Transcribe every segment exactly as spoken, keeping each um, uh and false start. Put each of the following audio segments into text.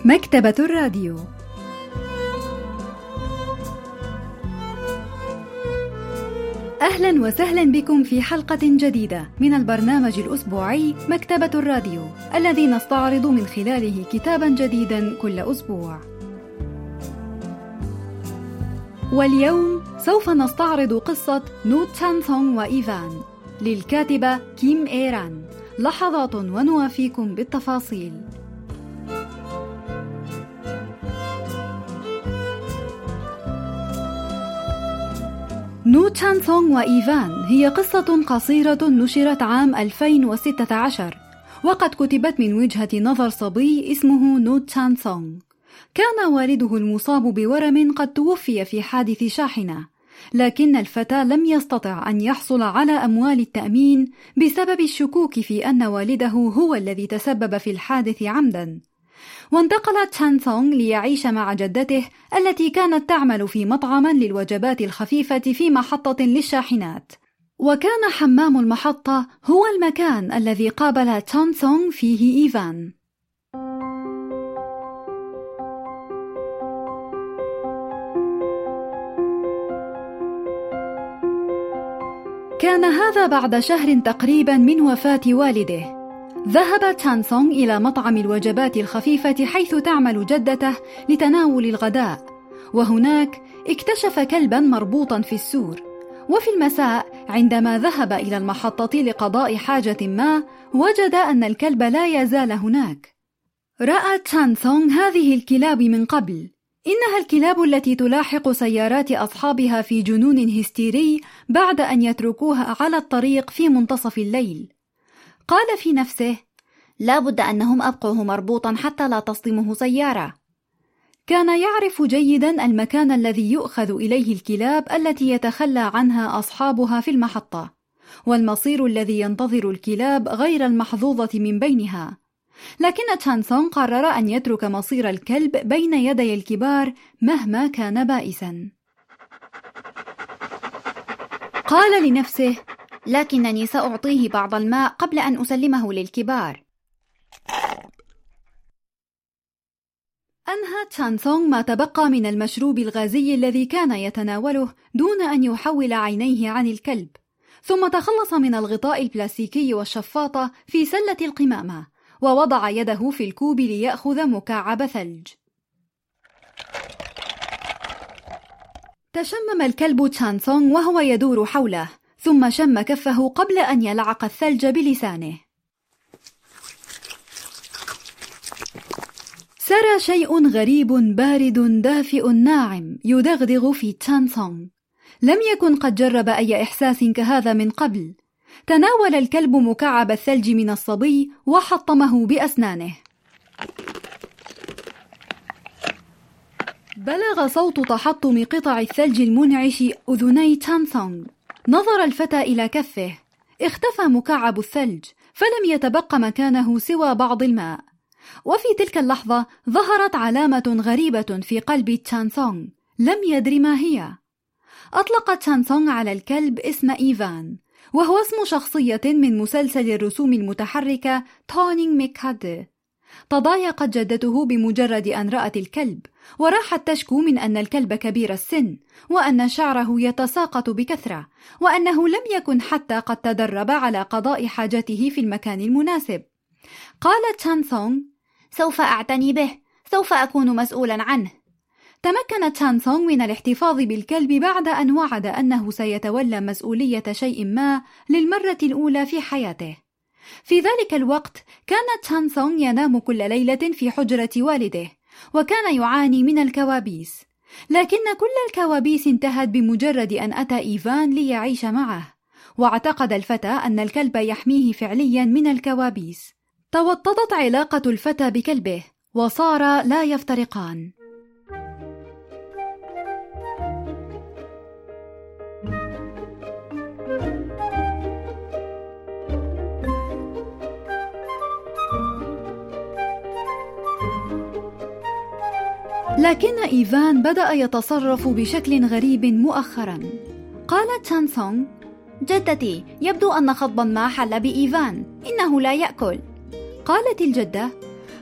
مكتبة الراديو. أهلا وسهلا بكم في حلقة جديدة من البرنامج الأسبوعي مكتبة الراديو، الذي نستعرض من خلاله كتابا جديدا كل أسبوع. واليوم سوف نستعرض قصة نو تشان سونغ وإيفان للكاتبة كيم إيران. لحظات ونوافيكم بالتفاصيل. نو تشان سونغ وإيفان هي قصة قصيرة نشرت عام ألفين وستة عشر، وقد كتبت من وجهة نظر صبي اسمه نو تشان سونغ. كان والده المصاب بورم قد توفي في حادث شاحنة، لكن الفتى لم يستطع أن يحصل على أموال التأمين بسبب الشكوك في أن والده هو الذي تسبب في الحادث عمدا. وانتقل تشان سونغ ليعيش مع جدته التي كانت تعمل في مطعم للوجبات الخفيفة في محطة للشاحنات، وكان حمام المحطة هو المكان الذي قابل تشان سونغ فيه إيفان. كان هذا بعد شهر تقريبا من وفاة والده. ذهب تشان سونغ إلى مطعم الوجبات الخفيفة حيث تعمل جدته لتناول الغداء، وهناك اكتشف كلبا مربوطا في السور. وفي المساء عندما ذهب إلى المحطة لقضاء حاجة ما، وجد أن الكلب لا يزال هناك. رأى تشان سونغ هذه الكلاب من قبل، إنها الكلاب التي تلاحق سيارات أصحابها في جنون هستيري بعد أن يتركوها على الطريق في منتصف الليل. قال في نفسه: لا بد أنهم أبقوه مربوطا حتى لا تصدمه سيارة. كان يعرف جيدا المكان الذي يؤخذ إليه الكلاب التي يتخلى عنها أصحابها في المحطة، والمصير الذي ينتظر الكلاب غير المحظوظة من بينها. لكن تشان سونغ قرر أن يترك مصير الكلب بين يدي الكبار مهما كان بائسا. قال لنفسه: لكنني سأعطيه بعض الماء قبل أن أسلمه للكبار. أنهى تشان سونغ ما تبقى من المشروب الغازي الذي كان يتناوله دون أن يحول عينيه عن الكلب، ثم تخلص من الغطاء البلاستيكي والشفاطة في سلة القمامة، ووضع يده في الكوب ليأخذ مكعب ثلج. تشمم الكلب تشان سونغ وهو يدور حوله، ثم شم كفه قبل أن يلعق الثلج بلسانه. سرى شيء غريب بارد دافئ ناعم يدغدغ في تشان سونغ. لم يكن قد جرب أي إحساس كهذا من قبل. تناول الكلب مكعب الثلج من الصبي وحطمه بأسنانه. بلغ صوت تحطم قطع الثلج المنعش أذني تشان سونغ. نظر الفتى إلى كفه، اختفى مكعب الثلج، فلم يتبق مكانه سوى بعض الماء. وفي تلك اللحظة ظهرت علامة غريبة في قلب تشان سونغ، لم يدر ما هي. أطلق تشان سونغ على الكلب اسم إيفان، وهو اسم شخصية من مسلسل الرسوم المتحركة تونينغ ميكاد. تضايقت جدته بمجرد أن رأت الكلب، وراحت تشكو من أن الكلب كبير السن، وأن شعره يتساقط بكثرة، وأنه لم يكن حتى قد تدرب على قضاء حاجته في المكان المناسب. قال تشان سونغ: سوف أعتني به، سوف أكون مسؤولا عنه. تمكن تشان سونغ من الاحتفاظ بالكلب بعد أن وعد أنه سيتولى مسؤولية شيء ما للمرة الأولى في حياته. في ذلك الوقت كان تشان سونغ ينام كل ليلة في حجرة والده، وكان يعاني من الكوابيس، لكن كل الكوابيس انتهت بمجرد أن أتى إيفان ليعيش معه، واعتقد الفتى أن الكلب يحميه فعليا من الكوابيس. توطدت علاقة الفتى بكلبه، وصارا لا يفترقان. لكن إيفان بدأ يتصرف بشكل غريب مؤخرا. قال تشان سونغ: جدتي، يبدو أن خضبا ما حل بإيفان، إنه لا يأكل. قالت الجدة: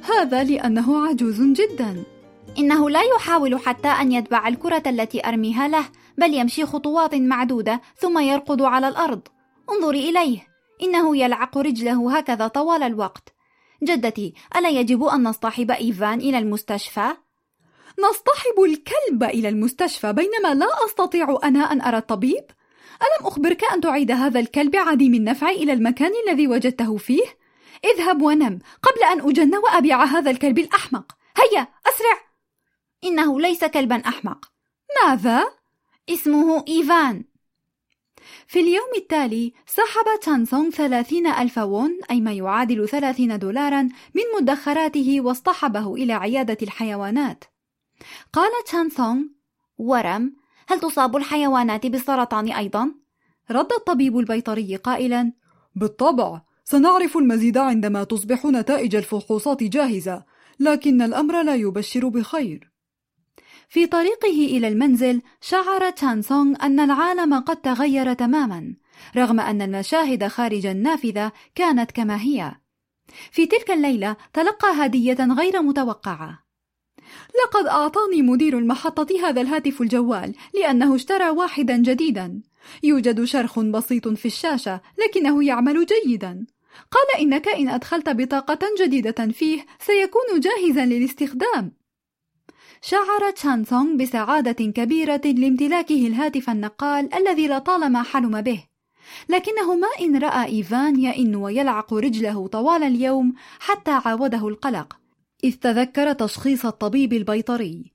هذا لأنه عجوز جدا. إنه لا يحاول حتى أن يتبع الكرة التي أرميها له، بل يمشي خطوات معدودة ثم يرقد على الأرض. انظري إليه، إنه يلعق رجله هكذا طوال الوقت. جدتي، ألا يجب أن نصطحب إيفان إلى المستشفى؟ نصطحب الكلب إلى المستشفى بينما لا أستطيع أنا أن أرى الطبيب؟ ألم أخبرك أن تعيد هذا الكلب عديم النفع إلى المكان الذي وجدته فيه؟ اذهب ونم قبل أن أجن وأبيع هذا الكلب الأحمق. هيا أسرع. إنه ليس كلبا أحمق. ماذا؟ اسمه إيفان. في اليوم التالي سحب تشان سونغ ثلاثين ألف وون، أي ما يعادل ثلاثين دولاراً، من مدخراته واصطحبه إلى عيادة الحيوانات. قال تشان سونغ: ورم، هل تصاب الحيوانات بالسرطان أيضاً؟ رد الطبيب البيطري قائلاً: بالطبع، سنعرف المزيد عندما تصبح نتائج الفحوصات جاهزة، لكن الأمر لا يبشر بخير. في طريقه إلى المنزل شعر تشان سونغ أن العالم قد تغير تماماً، رغم أن المشاهد خارج النافذة كانت كما هي. في تلك الليلة تلقى هدية غير متوقعة. لقد أعطاني مدير المحطة هذا الهاتف الجوال لأنه اشترى واحدا جديدا. يوجد شرخ بسيط في الشاشة لكنه يعمل جيدا. قال إنك إن أدخلت بطاقة جديدة فيه سيكون جاهزا للاستخدام. شعر تشان سونغ بسعادة كبيرة لامتلاكه الهاتف النقال الذي لطالما حلم به، لكنه ما إن رأى إيفان يئن ويلعق رجله طوال اليوم حتى عاوده القلق، إذ تذكر تشخيص الطبيب البيطري.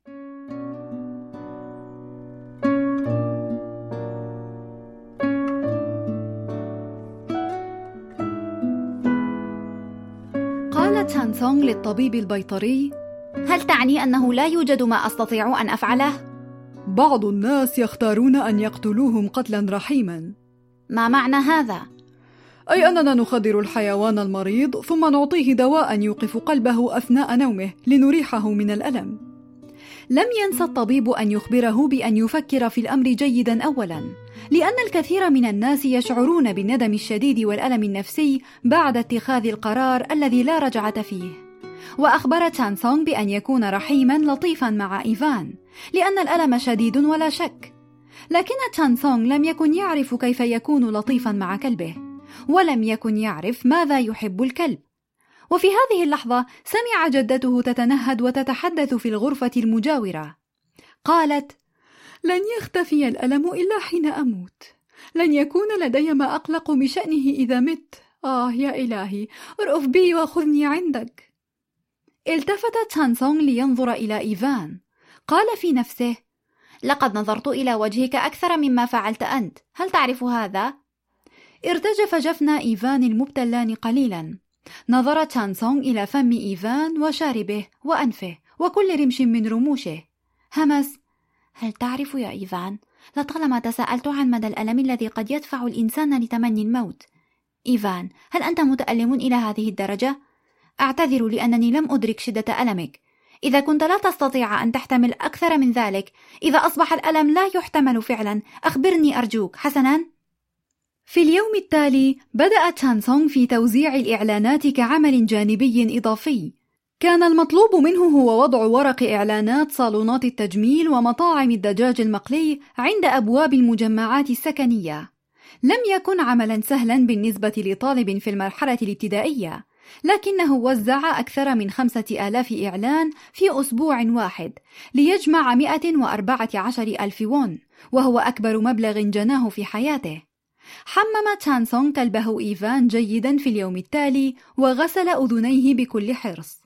قال تشان سونغ للطبيب البيطري: هل تعني أنه لا يوجد ما أستطيع أن أفعله؟ بعض الناس يختارون أن يقتلوهم قتلا رحيما. ما معنى هذا؟ أي أننا نخدر الحيوان المريض ثم نعطيه دواء يوقف قلبه أثناء نومه لنريحه من الألم. لم ينسى الطبيب أن يخبره بأن يفكر في الأمر جيدا أولا، لأن الكثير من الناس يشعرون بالندم الشديد والألم النفسي بعد اتخاذ القرار الذي لا رجعة فيه. وأخبر تشان سونغ بأن يكون رحيما لطيفا مع إيفان، لأن الألم شديد ولا شك. لكن تشان سونغ لم يكن يعرف كيف يكون لطيفا مع كلبه، ولم يكن يعرف ماذا يحب الكلب. وفي هذه اللحظة سمع جدته تتنهد وتتحدث في الغرفة المجاورة. قالت: لن يختفي الألم إلا حين أموت. لن يكون لدي ما أقلق بشأنه إذا مت. آه يا إلهي، ارأف بي وخذني عندك. التفت تشان سونغ لينظر إلى إيفان. قال في نفسه: لقد نظرت إلى وجهك أكثر مما فعلت أنت، هل تعرف هذا؟ ارتجف جفن إيفان المبتلان قليلا. نظر تشان سونغ إلى فم إيفان وشاربه وأنفه وكل رمش من رموشه. همس: هل تعرف يا إيفان، لطالما تساءلت عن مدى الألم الذي قد يدفع الإنسان لتمني الموت. إيفان، هل أنت متألم إلى هذه الدرجة؟ أعتذر لأنني لم أدرك شدة ألمك. إذا كنت لا تستطيع أن تحتمل أكثر من ذلك، إذا أصبح الألم لا يحتمل فعلا، أخبرني أرجوك، حسنا؟ في اليوم التالي بدأ تشان سونغ في توزيع الإعلانات كعمل جانبي إضافي. كان المطلوب منه هو وضع ورق إعلانات صالونات التجميل ومطاعم الدجاج المقلي عند أبواب المجمعات السكنية. لم يكن عملا سهلا بالنسبة لطالب في المرحلة الابتدائية، لكنه وزع أكثر من خمسة آلاف إعلان في أسبوع واحد ليجمع مئة وأربعة عشر ألف وون، وهو أكبر مبلغ جناه في حياته. حمم تشان سونغ كلبه إيفان جيدا في اليوم التالي وغسل أذنيه بكل حرص.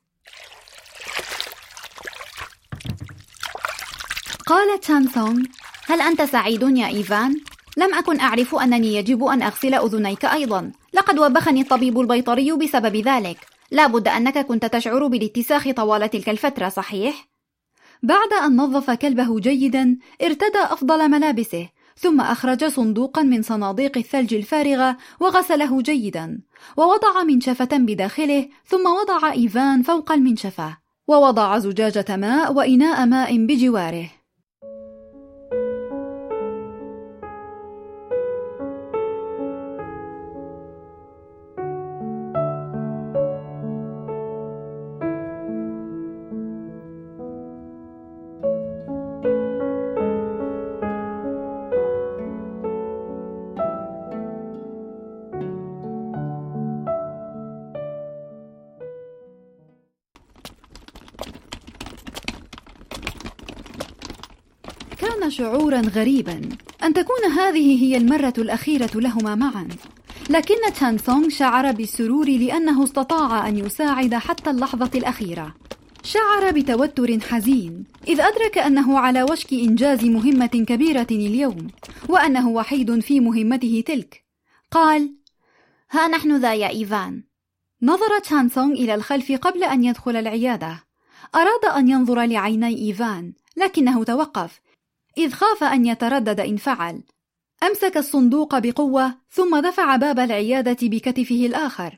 قال تشان سونغ: هل أنت سعيد يا إيفان؟ لم أكن أعرف أنني يجب أن أغسل أذنيك أيضا. لقد وبخني الطبيب البيطري بسبب ذلك. لا بد أنك كنت تشعر بالاتساخ طوال تلك الفترة، صحيح؟ بعد أن نظف كلبه جيدا ارتدى أفضل ملابسه، ثم أخرج صندوقا من صناديق الثلج الفارغة وغسله جيدا، ووضع منشفة بداخله، ثم وضع إيفان فوق المنشفة، ووضع زجاجة ماء وإناء ماء بجواره. شعورا غريبا أن تكون هذه هي المرة الأخيرة لهما معا، لكن تشان سونغ شعر بالسرور لأنه استطاع أن يساعد حتى اللحظة الأخيرة. شعر بتوتر حزين إذ أدرك أنه على وشك إنجاز مهمة كبيرة اليوم، وأنه وحيد في مهمته تلك. قال: ها نحن ذا يا إيفان. نظر تشان سونغ إلى الخلف قبل أن يدخل العيادة. أراد أن ينظر لعيني إيفان، لكنه توقف إذ خاف أن يتردد إن فعل. أمسك الصندوق بقوة ثم دفع باب العيادة بكتفه الآخر.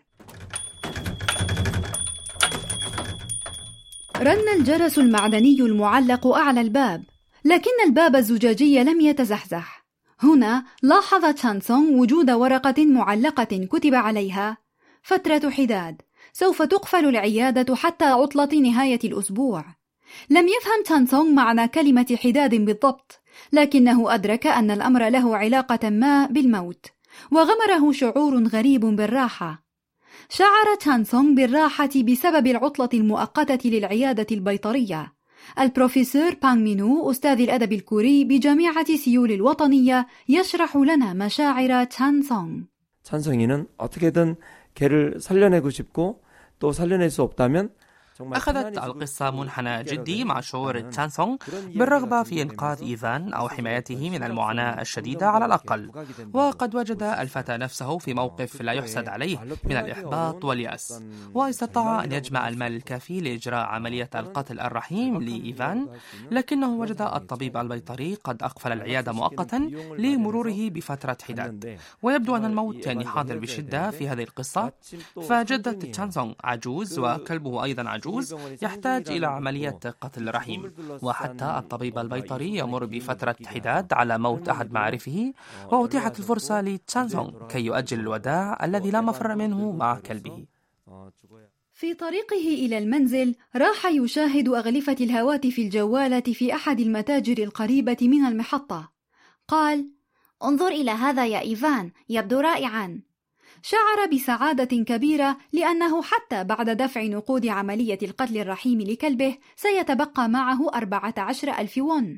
رن الجرس المعدني المعلق أعلى الباب، لكن الباب الزجاجي لم يتزحزح. هنا لاحظ تشان سونغ وجود ورقة معلقة كتب عليها: فترة حداد، سوف تقفل العيادة حتى عطلة نهاية الأسبوع. لم يفهم تشان سونغ معنى كلمة حداد بالضبط، لكنه أدرك أن الأمر له علاقة ما بالموت، وغمره شعور غريب بالراحة. شعر تشان سونغ بالراحة بسبب العطلة المؤقتة للعيادة البيطرية. البروفيسور بانغ مينو أستاذ الأدب الكوري بجامعة سيول الوطنية يشرح لنا مشاعر تشان سونغ. 찬성이는 어떻게든 개를 살려내고 싶고 또 살려낼 수 없다면 أخذت القصة منحنى جدي مع شعور تشان سونغ بالرغبة في إنقاذ إيفان أو حمايته من المعاناة الشديدة على الأقل، وقد وجد الفتى نفسه في موقف لا يحسد عليه من الإحباط واليأس، واستطاع أن يجمع المال الكافي لإجراء عملية القتل الرحيم لإيفان، لكنه وجد الطبيب البيطري قد أقفل العيادة مؤقتا لمروره بفترة حداد، ويبدو أن الموت يعني حاضر بشدة في هذه القصة. فجدة تشان سونغ عجوز وكلبه أيضا عجوز يحتاج إلى عملية قتل رحيم، وحتى الطبيب البيطري يمر بفترة حداد على موت أحد معارفه، وأتيحت الفرصة لتشان سونغ كي يؤجل الوداع الذي لا مفر منه مع كلبه. في طريقه إلى المنزل راح يشاهد أغلفة الهواتف الجوالة في أحد المتاجر القريبة من المحطة. قال: انظر إلى هذا يا إيفان، يبدو رائعا. شعر بسعادة كبيرة لأنه حتى بعد دفع نقود عملية القتل الرحيم لكلبه سيتبقى معه أربعة عشر ألف وون.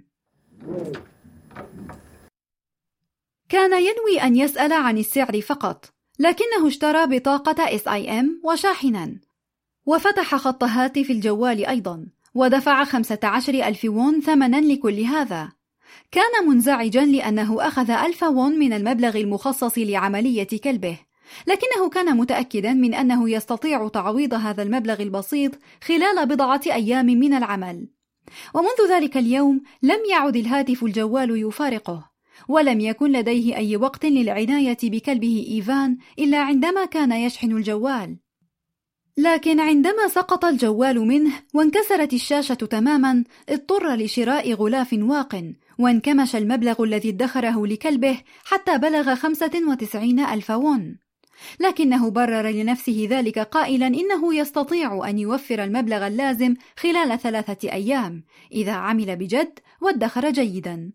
كان ينوي أن يسأل عن السعر فقط، لكنه اشترى بطاقة إس آي إم وشاحنا، وفتح خط هاتف الجوال أيضا، ودفع خمسة عشر ألف وون ثمنا لكل هذا. كان منزعجا لأنه أخذ ألف وون من المبلغ المخصص لعملية كلبه، لكنه كان متأكدا من أنه يستطيع تعويض هذا المبلغ البسيط خلال بضعة أيام من العمل. ومنذ ذلك اليوم لم يعد الهاتف الجوال يفارقه، ولم يكن لديه أي وقت للعناية بكلبه إيفان إلا عندما كان يشحن الجوال. لكن عندما سقط الجوال منه وانكسرت الشاشة تماما، اضطر لشراء غلاف واق، وانكمش المبلغ الذي ادخره لكلبه حتى بلغ خمسة وتسعين ألف وون. لكنه برر لنفسه ذلك قائلا إنه يستطيع أن يوفر المبلغ اللازم خلال ثلاثة أيام إذا عمل بجد وادخر جيدا.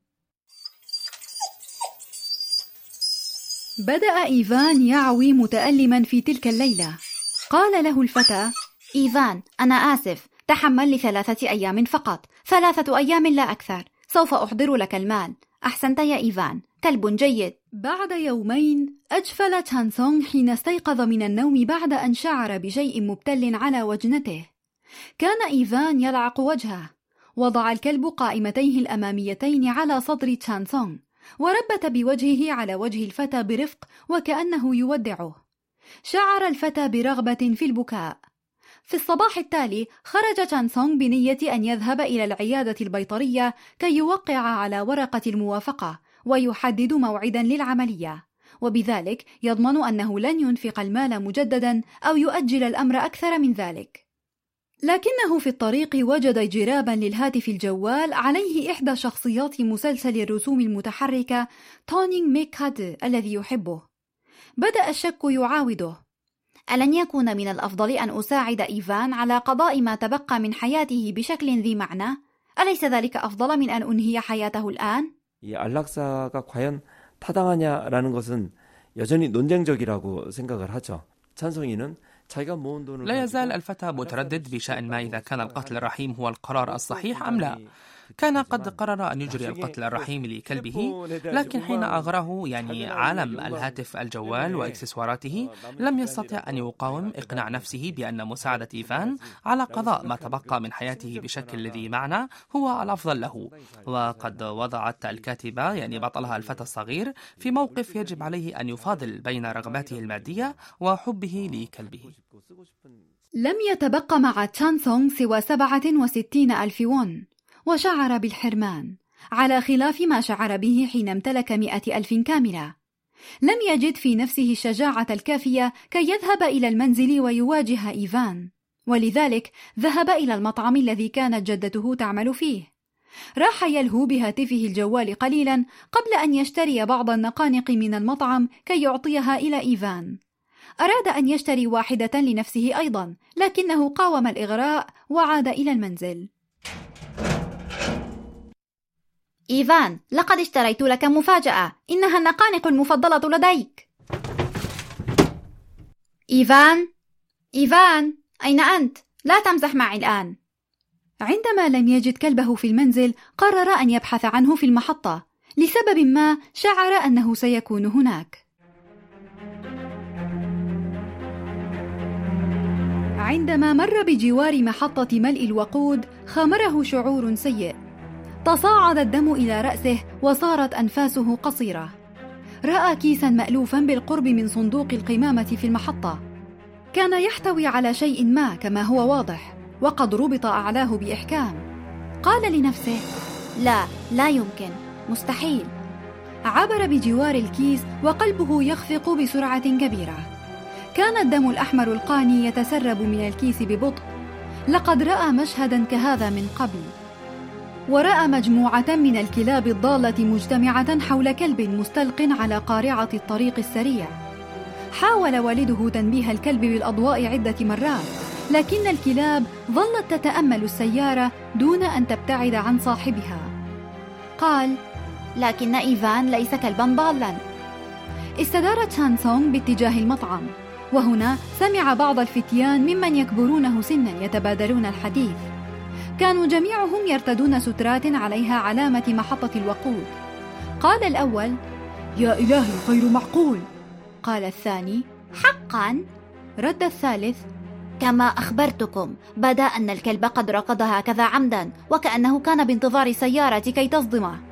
بدأ إيفان يعوي متألما في تلك الليلة. قال له الفتى: إيفان، أنا آسف، تحمل لثلاثة أيام فقط، ثلاثة أيام لا أكثر، سوف أحضر لك المال. أحسنت يا إيفان، كلب جيد. بعد يومين أجفل تشان سونغ حين استيقظ من النوم بعد أن شعر بشيء مبتل على وجنته. كان إيفان يلعق وجهه. وضع الكلب قائمتيه الأماميتين على صدر تشان سونغ، وربت بوجهه على وجه الفتى برفق وكأنه يودعه. شعر الفتى برغبة في البكاء. في الصباح التالي خرج تشان سونغ بنية أن يذهب إلى العيادة البيطرية كي يوقع على ورقة الموافقة ويحدد موعدا للعملية، وبذلك يضمن أنه لن ينفق المال مجددا أو يؤجل الأمر أكثر من ذلك. لكنه في الطريق وجد جرابا للهاتف الجوال عليه إحدى شخصيات مسلسل الرسوم المتحركة تونينغ ميكاد الذي يحبه. بدأ الشك يعاوده. ألن يكون من الأفضل أن أساعد إيفان على قضاء ما تبقى من حياته بشكل ذي معنى؟ أليس ذلك أفضل من أن أنهي حياته الآن؟ 이 안락사가 과연 타당하냐라는 것은 여전히 논쟁적이라고 생각을 하죠. 찬성이는 자기가 모은 돈을 لا يزال الفتى متردد بشأن ما إذا كان القتل الرحيم هو القرار الصحيح أم لا. كان قد قرر أن يجري القتل الرحيم لكلبه، لكن حين أغراه يعني عالم الهاتف الجوال وإكسسواراته لم يستطع أن يقاوم إقناع نفسه بأن مساعدة إيفان على قضاء ما تبقى من حياته بشكل ذي معنى هو الأفضل له. وقد وضعت الكاتبة يعني بطلها الفتى الصغير في موقف يجب عليه أن يفاضل بين رغباته المادية وحبه لكلبه. لم يتبق مع تشان سونغ سوى سبعة وستين ألف وون، وشعر بالحرمان على خلاف ما شعر به حين امتلك مئة ألف كاملة. لم يجد في نفسه الشجاعة الكافية كي يذهب إلى المنزل ويواجه إيفان، ولذلك ذهب إلى المطعم الذي كانت جدته تعمل فيه. راح يلهو بهاتفه الجوال قليلا قبل أن يشتري بعض النقانق من المطعم كي يعطيها إلى إيفان. أراد أن يشتري واحدة لنفسه أيضا، لكنه قاوم الإغراء وعاد إلى المنزل. إيفان، لقد اشتريت لك مفاجأة، إنها النقانق المفضلة لديك. إيفان، إيفان، أين أنت؟ لا تمزح معي الآن. عندما لم يجد كلبه في المنزل قرر أن يبحث عنه في المحطة. لسبب ما شعر أنه سيكون هناك. عندما مر بجوار محطة ملء الوقود خامره شعور سيء. تصاعد الدم إلى رأسه وصارت أنفاسه قصيرة. رأى كيسا مألوفا بالقرب من صندوق القمامة في المحطة. كان يحتوي على شيء ما كما هو واضح، وقد ربط أعلاه بإحكام. قال لنفسه: لا، لا يمكن، مستحيل. عبر بجوار الكيس وقلبه يخفق بسرعة كبيرة. كان الدم الأحمر القاني يتسرب من الكيس ببطء. لقد رأى مشهدا كهذا من قبل، ورأى مجموعة من الكلاب الضالة مجتمعة حول كلب مستلق على قارعة الطريق السريع. حاول والده تنبيه الكلب بالأضواء عدة مرات، لكن الكلاب ظلت تتأمل السيارة دون أن تبتعد عن صاحبها. قال: لكن إيفان ليس كلبا ضالا. استدار تشان سونغ باتجاه المطعم، وهنا سمع بعض الفتيان ممن يكبرونه سنا يتبادلون الحديث. كانوا جميعهم يرتدون سترات عليها علامة محطة الوقود. قال الأول: يا إلهي، غير معقول. قال الثاني: حقا. رد الثالث: كما أخبرتكم، بدا أن الكلب قد ركض هكذا عمدا، وكأنه كان بانتظار سيارة كي تصدمه.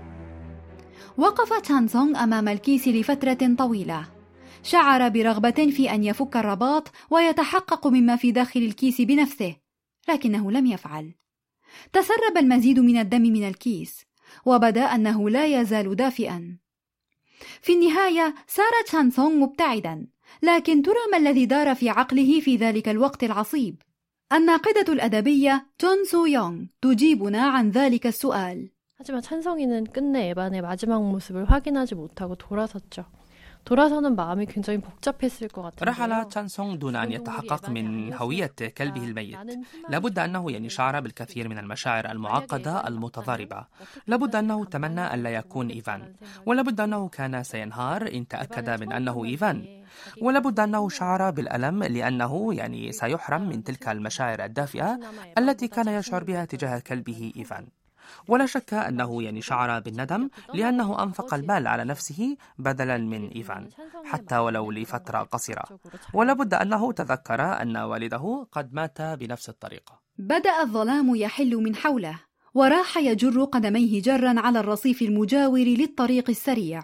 وقف تشان سونغ أمام الكيس لفترة طويلة. شعر برغبة في أن يفك الرباط ويتحقق مما في داخل الكيس بنفسه، لكنه لم يفعل. تسرب المزيد من الدم من الكيس، وبدا أنه لا يزال دافئا. في النهاية سار تشان سونغ مبتعدا، لكن ترى ما الذي دار في عقله في ذلك الوقت العصيب؟ الناقدة الأدبية جون سو يونغ تجيبنا عن ذلك السؤال. 하지만 찬성이는 끝내 에반의 마지막 모습을 확인하지 못하고 돌아섰죠. 돌아서는 마음이 굉장히 복잡했을 것 같은데요. رحل تشان سونغ دون أن يتحقق من هوية كلبه الميت. لابد أنه يعني شعر بالكثير من المشاعر المعقدة المتضاربة. لابد أنه تمنى أن لا يكون إيفان، ولابد أنه كان سينهار إن تأكد من أنه إيفان، ولابد أنه شعر بالألم لأنه يعني سيحرم من تلك المشاعر الدافئة التي كان يشعر بها تجاه كلبه إيفان. ولا شك أنه يعني شعر بالندم لأنه أنفق المال على نفسه بدلا من إيفان، حتى ولو لفترة قصيرة. ولابد أنه تذكر أن والده قد مات بنفس الطريقة. بدأ الظلام يحل من حوله، وراح يجر قدميه جرا على الرصيف المجاور للطريق السريع.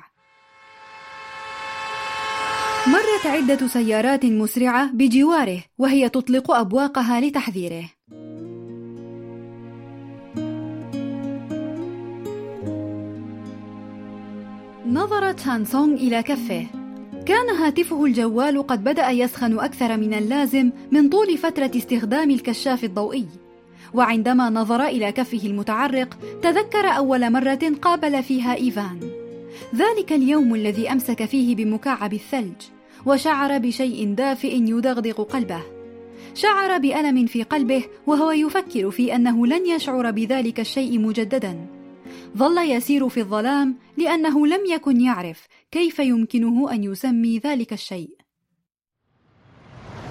مرت عدة سيارات مسرعة بجواره وهي تطلق أبواقها لتحذيره. نظر تشان سونغ إلى كفه. كان هاتفه الجوال قد بدأ يسخن أكثر من اللازم من طول فترة استخدام الكشاف الضوئي. وعندما نظر إلى كفه المتعرق تذكر أول مرة قابل فيها إيفان، ذلك اليوم الذي أمسك فيه بمكعب الثلج، وشعر بشيء دافئ يدغدغ قلبه. شعر بألم في قلبه وهو يفكر في أنه لن يشعر بذلك الشيء مجددا. ظل يسير في الظلام لأنه لم يكن يعرف كيف يمكنه أن يسمي ذلك الشيء.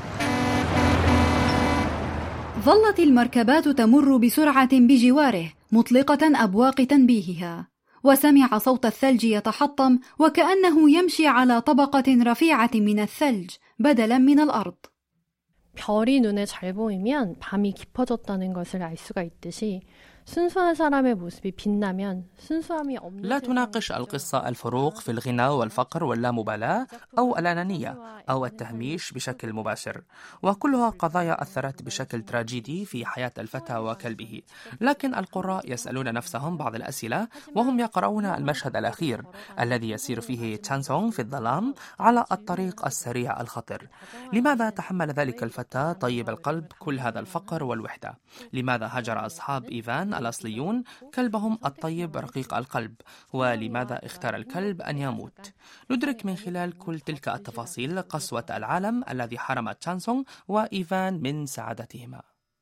ظلت المركبات تمر بسرعة بجواره مطلقة أبواق تنبيهها، وسمع صوت الثلج يتحطم وكأنه يمشي على طبقة رفيعة من الثلج بدلا من الأرض. 별이 눈에 잘 보이면 밤이 깊어졌다는 것을 알 수가 있듯이 순수한 사람의 모습이 빛나면 순수함이 없는 لا تناقش القصة الفروق في الغنى والفقر واللامبالاة أو الأنانية أو التهميش بشكل مباشر، وكلها قضايا أثرت بشكل تراجيدي في حياة الفتى وكلبه. لكن القراء يسألون نفسهم بعض الأسئلة وهم يقرؤون المشهد الأخير الذي يسير فيه تشانسونغ في الظلام على الطريق السريع الخطر. لماذا تحمل ذلك الفتى طيب القلب كل هذا الفقر والوحدة؟ لماذا هجر أصحاب إيفان الأصليون كلبهم الطيب رقيق القلب؟ ولماذا اختار الكلب أن يموت؟ ندرك من خلال كل تلك التفاصيل قسوة العالم الذي حرم تشانسونغ وإيفان من سعادتهما.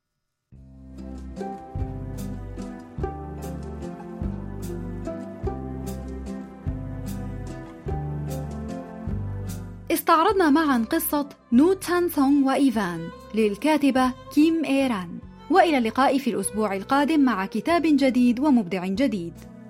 استعرضنا معا قصة نو تشانسونغ وإيفان للكاتبة كيم إيران، وإلى اللقاء في الأسبوع القادم مع كتاب جديد ومبدع جديد.